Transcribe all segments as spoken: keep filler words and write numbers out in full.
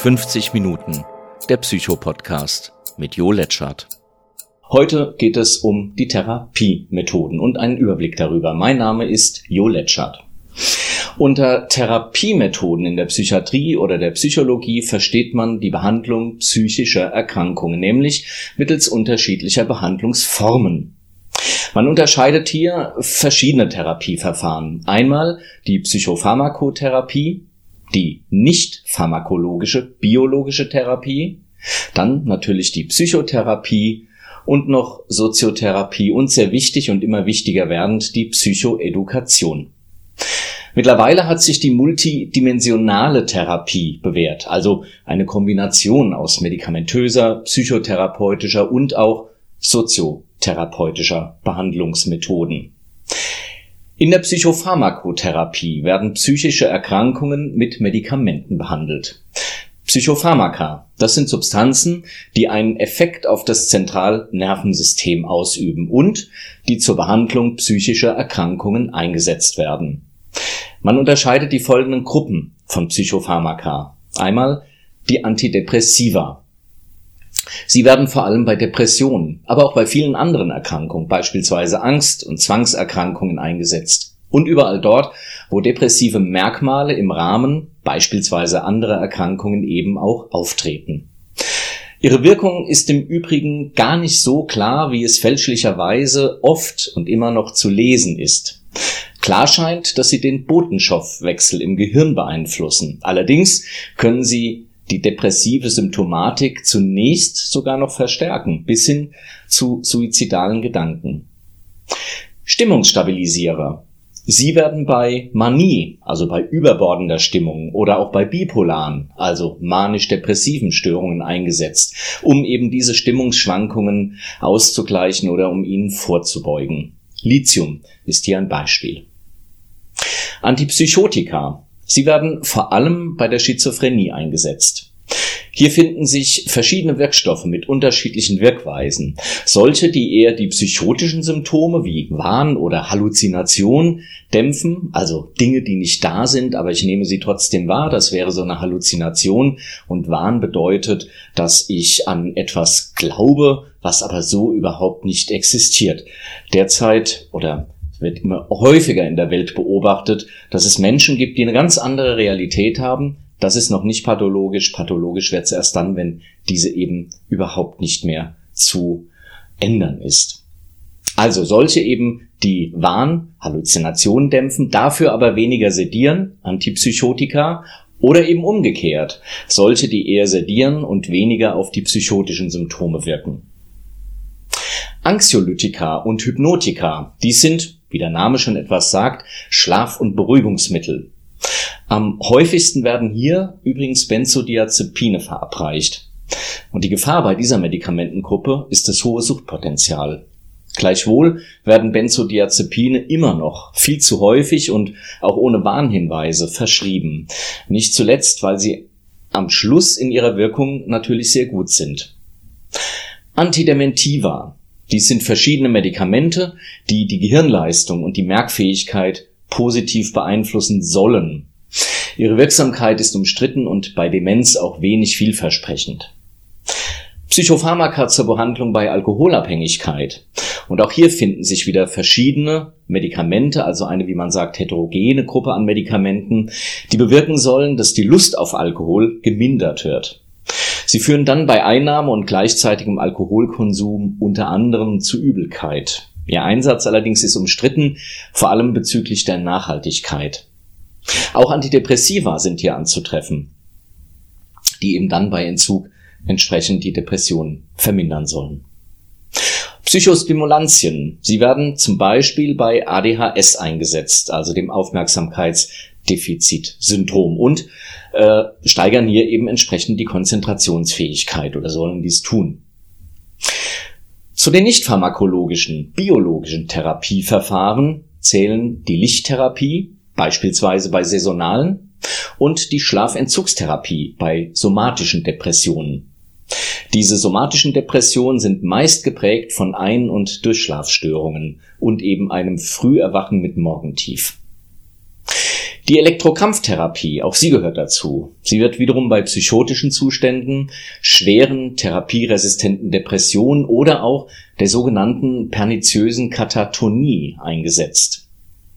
fünfzig Minuten, der Psycho-Podcast mit Jo Letschert. Heute geht es um die Therapiemethoden und einen Überblick darüber. Mein Name ist Jo Letschert. Unter Therapiemethoden in der Psychiatrie oder der Psychologie versteht man die Behandlung psychischer Erkrankungen, nämlich mittels unterschiedlicher Behandlungsformen. Man unterscheidet hier verschiedene Therapieverfahren. Einmal die Psychopharmakotherapie, die nicht pharmakologische, biologische Therapie, dann natürlich die Psychotherapie und noch Soziotherapie und sehr wichtig und immer wichtiger werdend die Psychoedukation. Mittlerweile hat sich die multidimensionale Therapie bewährt, also eine Kombination aus medikamentöser, psychotherapeutischer und auch soziotherapeutischer Behandlungsmethoden. In der Psychopharmakotherapie werden psychische Erkrankungen mit Medikamenten behandelt. Psychopharmaka, das sind Substanzen, die einen Effekt auf das Zentralnervensystem ausüben und die zur Behandlung psychischer Erkrankungen eingesetzt werden. Man unterscheidet die folgenden Gruppen von Psychopharmaka. Einmal die Antidepressiva. Sie werden vor allem bei Depressionen, aber auch bei vielen anderen Erkrankungen, beispielsweise Angst- und Zwangserkrankungen eingesetzt. Und überall dort, wo depressive Merkmale im Rahmen beispielsweise anderer Erkrankungen eben auch auftreten. Ihre Wirkung ist im Übrigen gar nicht so klar, wie es fälschlicherweise oft und immer noch zu lesen ist. Klar scheint, dass sie den Botenstoffwechsel im Gehirn beeinflussen. Allerdings können sie die depressive Symptomatik zunächst sogar noch verstärken, bis hin zu suizidalen Gedanken. Stimmungsstabilisierer. Sie werden bei Manie, also bei überbordender Stimmung, oder auch bei bipolaren, also manisch-depressiven Störungen eingesetzt, um eben diese Stimmungsschwankungen auszugleichen oder um ihnen vorzubeugen. Lithium ist hier ein Beispiel. Antipsychotika. Sie werden vor allem bei der Schizophrenie eingesetzt. Hier finden sich verschiedene Wirkstoffe mit unterschiedlichen Wirkweisen. Solche, die eher die psychotischen Symptome wie Wahn oder Halluzination dämpfen, also Dinge, die nicht da sind, aber ich nehme sie trotzdem wahr, das wäre so eine Halluzination, und Wahn bedeutet, dass ich an etwas glaube, was aber so überhaupt nicht existiert. Derzeit oder es wird immer häufiger in der Welt beobachtet, dass es Menschen gibt, die eine ganz andere Realität haben. Das ist noch nicht pathologisch. Pathologisch wird es erst dann, wenn diese eben überhaupt nicht mehr zu ändern ist. Also solche eben, die Wahn, Halluzinationen dämpfen, dafür aber weniger sedieren, Antipsychotika, oder eben umgekehrt, solche, die eher sedieren und weniger auf die psychotischen Symptome wirken. Anxiolytika und Hypnotika, die sind, wie der Name schon etwas sagt, Schlaf- und Beruhigungsmittel. Am häufigsten werden hier übrigens Benzodiazepine verabreicht. Und die Gefahr bei dieser Medikamentengruppe ist das hohe Suchtpotenzial. Gleichwohl werden Benzodiazepine immer noch viel zu häufig und auch ohne Warnhinweise verschrieben. Nicht zuletzt, weil sie am Schluss in ihrer Wirkung natürlich sehr gut sind. Antidementiva. Dies sind verschiedene Medikamente, die die Gehirnleistung und die Merkfähigkeit positiv beeinflussen sollen. Ihre Wirksamkeit ist umstritten und bei Demenz auch wenig vielversprechend. Psychopharmaka zur Behandlung bei Alkoholabhängigkeit. Und auch hier finden sich wieder verschiedene Medikamente, also eine, wie man sagt, heterogene Gruppe an Medikamenten, die bewirken sollen, dass die Lust auf Alkohol gemindert wird. Sie führen dann bei Einnahme und gleichzeitigem Alkoholkonsum unter anderem zu Übelkeit. Ihr Einsatz allerdings ist umstritten, vor allem bezüglich der Nachhaltigkeit. Auch Antidepressiva sind hier anzutreffen, die eben dann bei Entzug entsprechend die Depression vermindern sollen. Psychostimulantien. Sie werden zum Beispiel bei A D H S eingesetzt, also dem Aufmerksamkeitsdefizitsyndrom, und äh, steigern hier eben entsprechend die Konzentrationsfähigkeit oder sollen dies tun. Zu den nicht pharmakologischen, biologischen Therapieverfahren zählen die Lichttherapie, beispielsweise bei saisonalen, und die Schlafentzugstherapie bei somatischen Depressionen. Diese somatischen Depressionen sind meist geprägt von Ein- und Durchschlafstörungen und eben einem Früherwachen mit Morgentief. Die Elektrokrampftherapie, auch sie gehört dazu. Sie wird wiederum bei psychotischen Zuständen, schweren therapieresistenten Depressionen oder auch der sogenannten perniziösen Katatonie eingesetzt.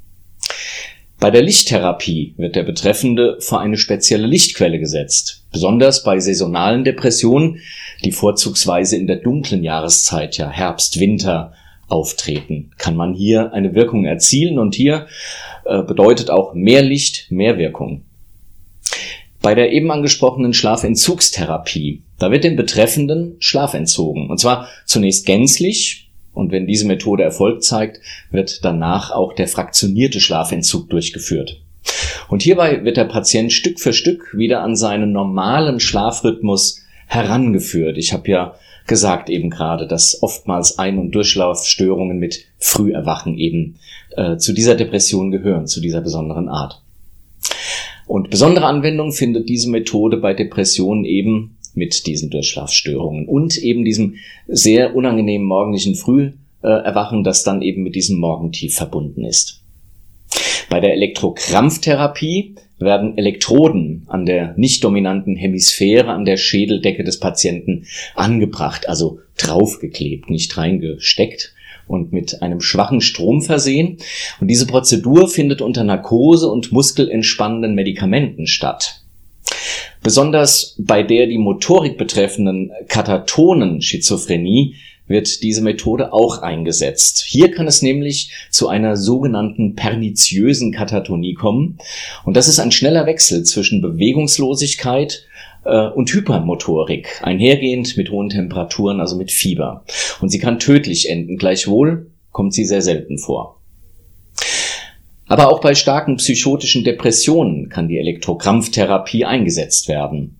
Bei der Lichttherapie wird der Betreffende vor eine spezielle Lichtquelle gesetzt, besonders bei saisonalen Depressionen, die vorzugsweise in der dunklen Jahreszeit, ja Herbst, Winter, auftreten, kann man hier eine Wirkung erzielen und hier äh, bedeutet auch mehr Licht, mehr Wirkung. Bei der eben angesprochenen Schlafentzugstherapie, da wird dem Betreffenden Schlaf entzogen, und zwar zunächst gänzlich, und wenn diese Methode Erfolg zeigt, wird danach auch der fraktionierte Schlafentzug durchgeführt. Und hierbei wird der Patient Stück für Stück wieder an seinen normalen Schlafrhythmus herangeführt. Ich habe ja gesagt eben gerade, dass oftmals Ein- und Durchschlafstörungen mit Früherwachen eben äh, zu dieser Depression gehören, zu dieser besonderen Art. Und besondere Anwendung findet diese Methode bei Depressionen eben mit diesen Durchschlafstörungen und eben diesem sehr unangenehmen morgendlichen Früherwachen, das dann eben mit diesem Morgentief verbunden ist. Bei der Elektrokrampftherapie werden Elektroden an der nicht dominanten Hemisphäre an der Schädeldecke des Patienten angebracht, also draufgeklebt, nicht reingesteckt und mit einem schwachen Strom versehen. Und diese Prozedur findet unter Narkose und muskelentspannenden Medikamenten statt. Besonders bei der die Motorik betreffenden katatonen Schizophrenie wird diese Methode auch eingesetzt. Hier kann es nämlich zu einer sogenannten perniziösen Katatonie kommen. Und das ist ein schneller Wechsel zwischen Bewegungslosigkeit äh, und Hypermotorik, einhergehend mit hohen Temperaturen, also mit Fieber. Und sie kann tödlich enden. Gleichwohl kommt sie sehr selten vor. Aber auch bei starken psychotischen Depressionen kann die Elektrokrampftherapie eingesetzt werden.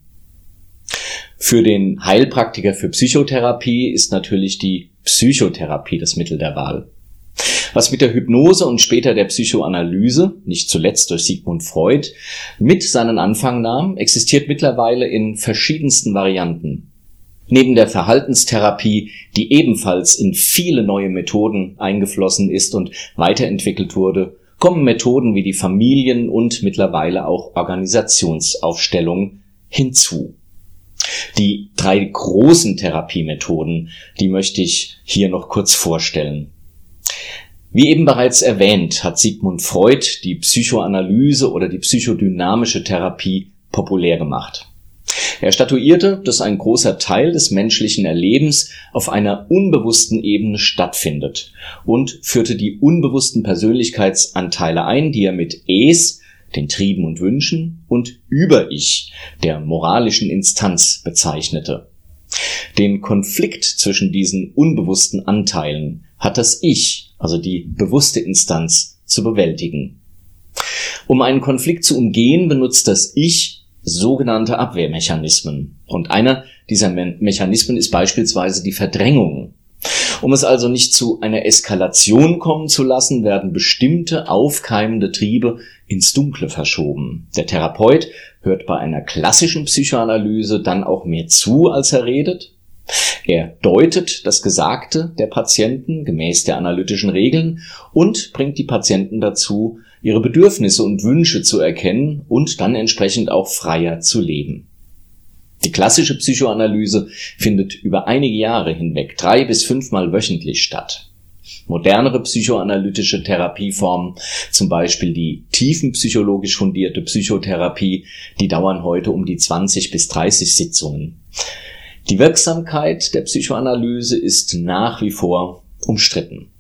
Für den Heilpraktiker für Psychotherapie ist natürlich die Psychotherapie das Mittel der Wahl. Was mit der Hypnose und später der Psychoanalyse, nicht zuletzt durch Sigmund Freud, mit seinen Anfang nahm, existiert mittlerweile in verschiedensten Varianten. Neben der Verhaltenstherapie, die ebenfalls in viele neue Methoden eingeflossen ist und weiterentwickelt wurde, kommen Methoden wie die Familien- und mittlerweile auch Organisationsaufstellung hinzu. Die drei großen Therapiemethoden, die möchte ich hier noch kurz vorstellen. Wie eben bereits erwähnt, hat Sigmund Freud die Psychoanalyse oder die psychodynamische Therapie populär gemacht. Er statuierte, dass ein großer Teil des menschlichen Erlebens auf einer unbewussten Ebene stattfindet und führte die unbewussten Persönlichkeitsanteile ein, die er mit Es, den Trieben und Wünschen, und Über-Ich, der moralischen Instanz, bezeichnete. Den Konflikt zwischen diesen unbewussten Anteilen hat das Ich, also die bewusste Instanz, zu bewältigen. Um einen Konflikt zu umgehen, benutzt das Ich sogenannte Abwehrmechanismen. Und einer dieser Me- Mechanismen ist beispielsweise die Verdrängung. Um es also nicht zu einer Eskalation kommen zu lassen, werden bestimmte aufkeimende Triebe ins Dunkle verschoben. Der Therapeut hört bei einer klassischen Psychoanalyse dann auch mehr zu, als er redet. Er deutet das Gesagte der Patienten gemäß der analytischen Regeln und bringt die Patienten dazu, ihre Bedürfnisse und Wünsche zu erkennen und dann entsprechend auch freier zu leben. Die klassische Psychoanalyse findet über einige Jahre hinweg drei bis fünfmal wöchentlich statt. Modernere psychoanalytische Therapieformen, zum Beispiel die tiefenpsychologisch fundierte Psychotherapie, die dauern heute um die zwanzig bis dreißig Sitzungen. Die Wirksamkeit der Psychoanalyse ist nach wie vor umstritten.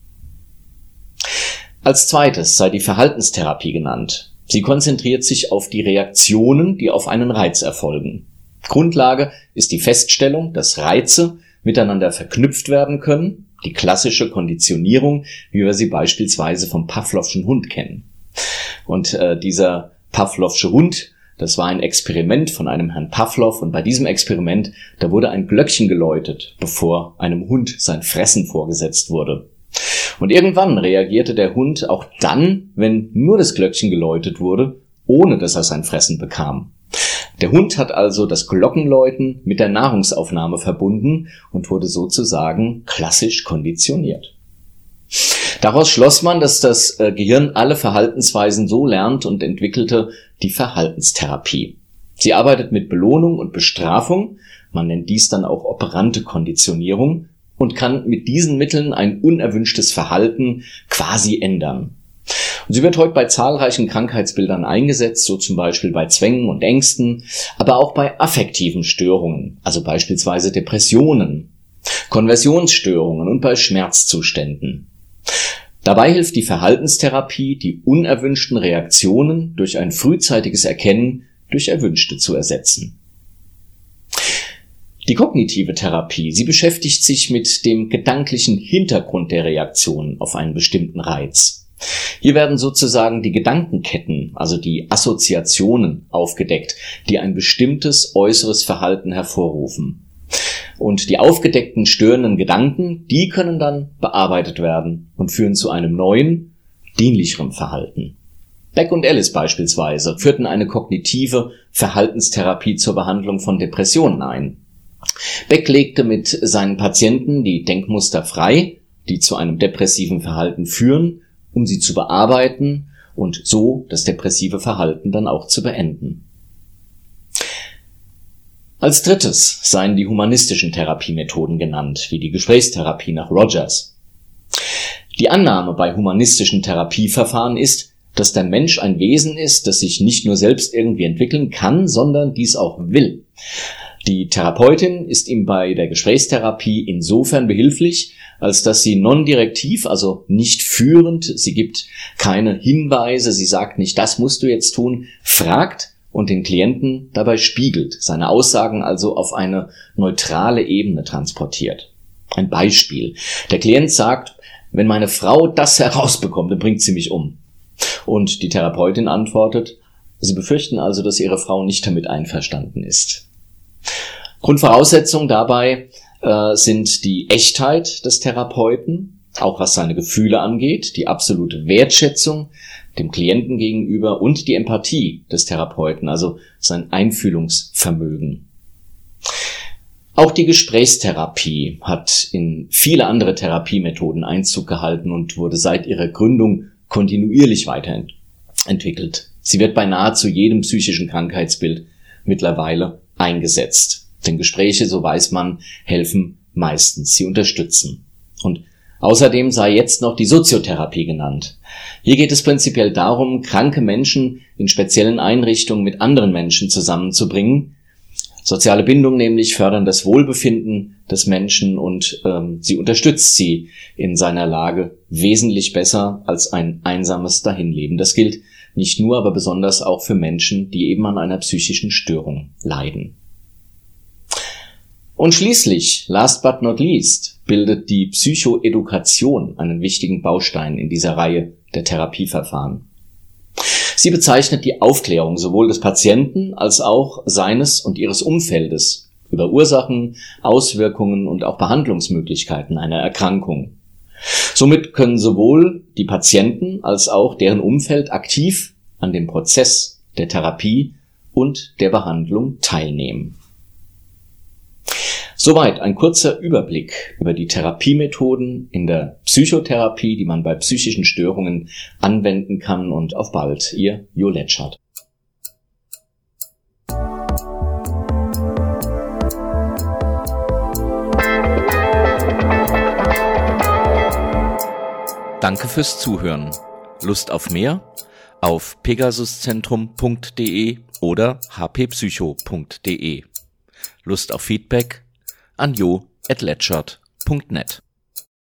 Als zweites sei die Verhaltenstherapie genannt. Sie konzentriert sich auf die Reaktionen, die auf einen Reiz erfolgen. Grundlage ist die Feststellung, dass Reize miteinander verknüpft werden können, die klassische Konditionierung, wie wir sie beispielsweise vom Pawlowschen Hund kennen. Und äh, dieser Pawlowsche Hund, das war ein Experiment von einem Herrn Pawlow, und bei diesem Experiment, da wurde ein Glöckchen geläutet, bevor einem Hund sein Fressen vorgesetzt wurde. Und irgendwann reagierte der Hund auch dann, wenn nur das Glöckchen geläutet wurde, ohne dass er sein Fressen bekam. Der Hund hat also das Glockenläuten mit der Nahrungsaufnahme verbunden und wurde sozusagen klassisch konditioniert. Daraus schloss man, dass das Gehirn alle Verhaltensweisen so lernt und entwickelte die Verhaltenstherapie. Sie arbeitet mit Belohnung und Bestrafung, man nennt dies dann auch operante Konditionierung, und kann mit diesen Mitteln ein unerwünschtes Verhalten quasi ändern. Und sie wird heute bei zahlreichen Krankheitsbildern eingesetzt, so zum Beispiel bei Zwängen und Ängsten, aber auch bei affektiven Störungen, also beispielsweise Depressionen, Konversionsstörungen und bei Schmerzzuständen. Dabei hilft die Verhaltenstherapie, die unerwünschten Reaktionen durch ein frühzeitiges Erkennen durch erwünschte zu ersetzen. Die kognitive Therapie, sie beschäftigt sich mit dem gedanklichen Hintergrund der Reaktion auf einen bestimmten Reiz. Hier werden sozusagen die Gedankenketten, also die Assoziationen aufgedeckt, die ein bestimmtes äußeres Verhalten hervorrufen. Und die aufgedeckten störenden Gedanken, die können dann bearbeitet werden und führen zu einem neuen, dienlicheren Verhalten. Beck und Ellis beispielsweise führten eine kognitive Verhaltenstherapie zur Behandlung von Depressionen ein. Beck legte mit seinen Patienten die Denkmuster frei, die zu einem depressiven Verhalten führen, um sie zu bearbeiten und so das depressive Verhalten dann auch zu beenden. Als drittes seien die humanistischen Therapiemethoden genannt, wie die Gesprächstherapie nach Rogers. Die Annahme bei humanistischen Therapieverfahren ist, dass der Mensch ein Wesen ist, das sich nicht nur selbst irgendwie entwickeln kann, sondern dies auch will. Die Therapeutin ist ihm bei der Gesprächstherapie insofern behilflich, als dass sie non-direktiv, also nicht führend, sie gibt keine Hinweise, sie sagt nicht, das musst du jetzt tun, fragt und den Klienten dabei spiegelt, seine Aussagen also auf eine neutrale Ebene transportiert. Ein Beispiel. Der Klient sagt, wenn meine Frau das herausbekommt, dann bringt sie mich um. Und die Therapeutin antwortet, sie befürchten also, dass ihre Frau nicht damit einverstanden ist. Grundvoraussetzung dabei äh, sind die Echtheit des Therapeuten, auch was seine Gefühle angeht, die absolute Wertschätzung dem Klienten gegenüber und die Empathie des Therapeuten, also sein Einfühlungsvermögen. Auch die Gesprächstherapie hat in viele andere Therapiemethoden Einzug gehalten und wurde seit ihrer Gründung kontinuierlich weiterentwickelt. Sie wird bei nahezu jedem psychischen Krankheitsbild mittlerweile eingesetzt. Denn Gespräche, so weiß man, helfen meistens, sie unterstützen. Und außerdem sei jetzt noch die Soziotherapie genannt. Hier geht es prinzipiell darum, kranke Menschen in speziellen Einrichtungen mit anderen Menschen zusammenzubringen. Soziale Bindung nämlich fördern das Wohlbefinden des Menschen und ähm, sie unterstützt sie in seiner Lage wesentlich besser als ein einsames Dahinleben. Das gilt nicht nur, aber besonders auch für Menschen, die eben an einer psychischen Störung leiden. Und schließlich, last but not least, bildet die Psychoedukation einen wichtigen Baustein in dieser Reihe der Therapieverfahren. Sie bezeichnet die Aufklärung sowohl des Patienten als auch seines und ihres Umfeldes über Ursachen, Auswirkungen und auch Behandlungsmöglichkeiten einer Erkrankung. Somit können sowohl die Patienten als auch deren Umfeld aktiv an dem Prozess der Therapie und der Behandlung teilnehmen. Soweit ein kurzer Überblick über die Therapiemethoden in der Psychotherapie, die man bei psychischen Störungen anwenden kann, und auf bald, Ihr Jo Letschert. Danke fürs Zuhören. Lust auf mehr? Auf pegasuszentrum punkt de oder h p psycho punkt de. Lust auf Feedback? an jo at letschert punkt net.